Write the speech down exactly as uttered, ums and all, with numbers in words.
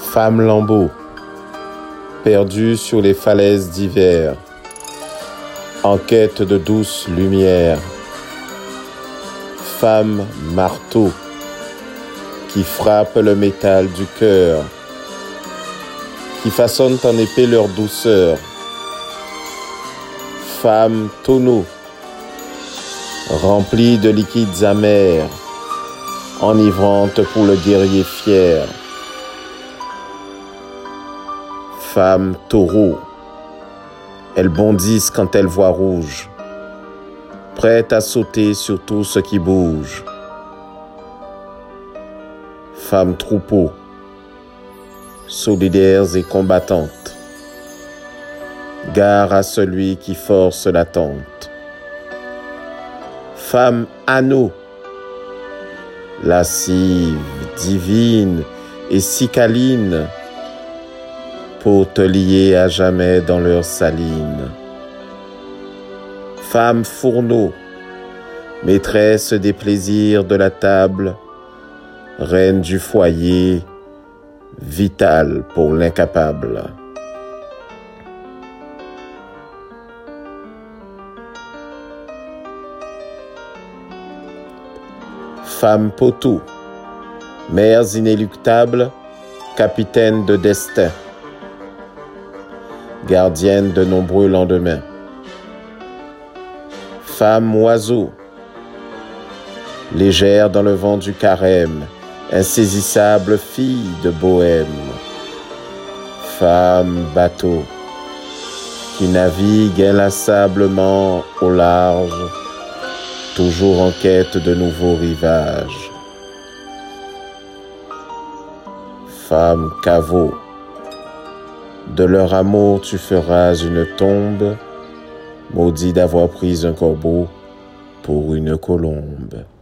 Femme lambeau, perdue sur les falaises d'hiver, en quête de douce lumière. Femme marteau, qui frappe le métal du cœur, qui façonnent en épée leur douceur. Femme tonneau, remplie de liquides amers, enivrante pour le guerrier fier. Femme taureau, elles bondissent quand elles voient rouge, prêtes à sauter sur tout ce qui bouge. Femme troupeau, solidaires et combattantes, gare à celui qui force l'attente. Femme anneau, lascive, divine et si câline, pour te lier à jamais dans leur saline. Femme fourneau, maîtresse des plaisirs de la table, reine du foyer, vitale pour l'incapable. Femme poteau, mères inéluctables, capitaine de destin, gardienne de nombreux lendemains. Femme oiseau, légère dans le vent du carême, insaisissable fille de bohème. Femme bateau, qui navigue inlassablement au large, toujours en quête de nouveaux rivages. Femme caveau, de leur amour tu feras une tombe, maudit d'avoir pris un corbeau pour une colombe.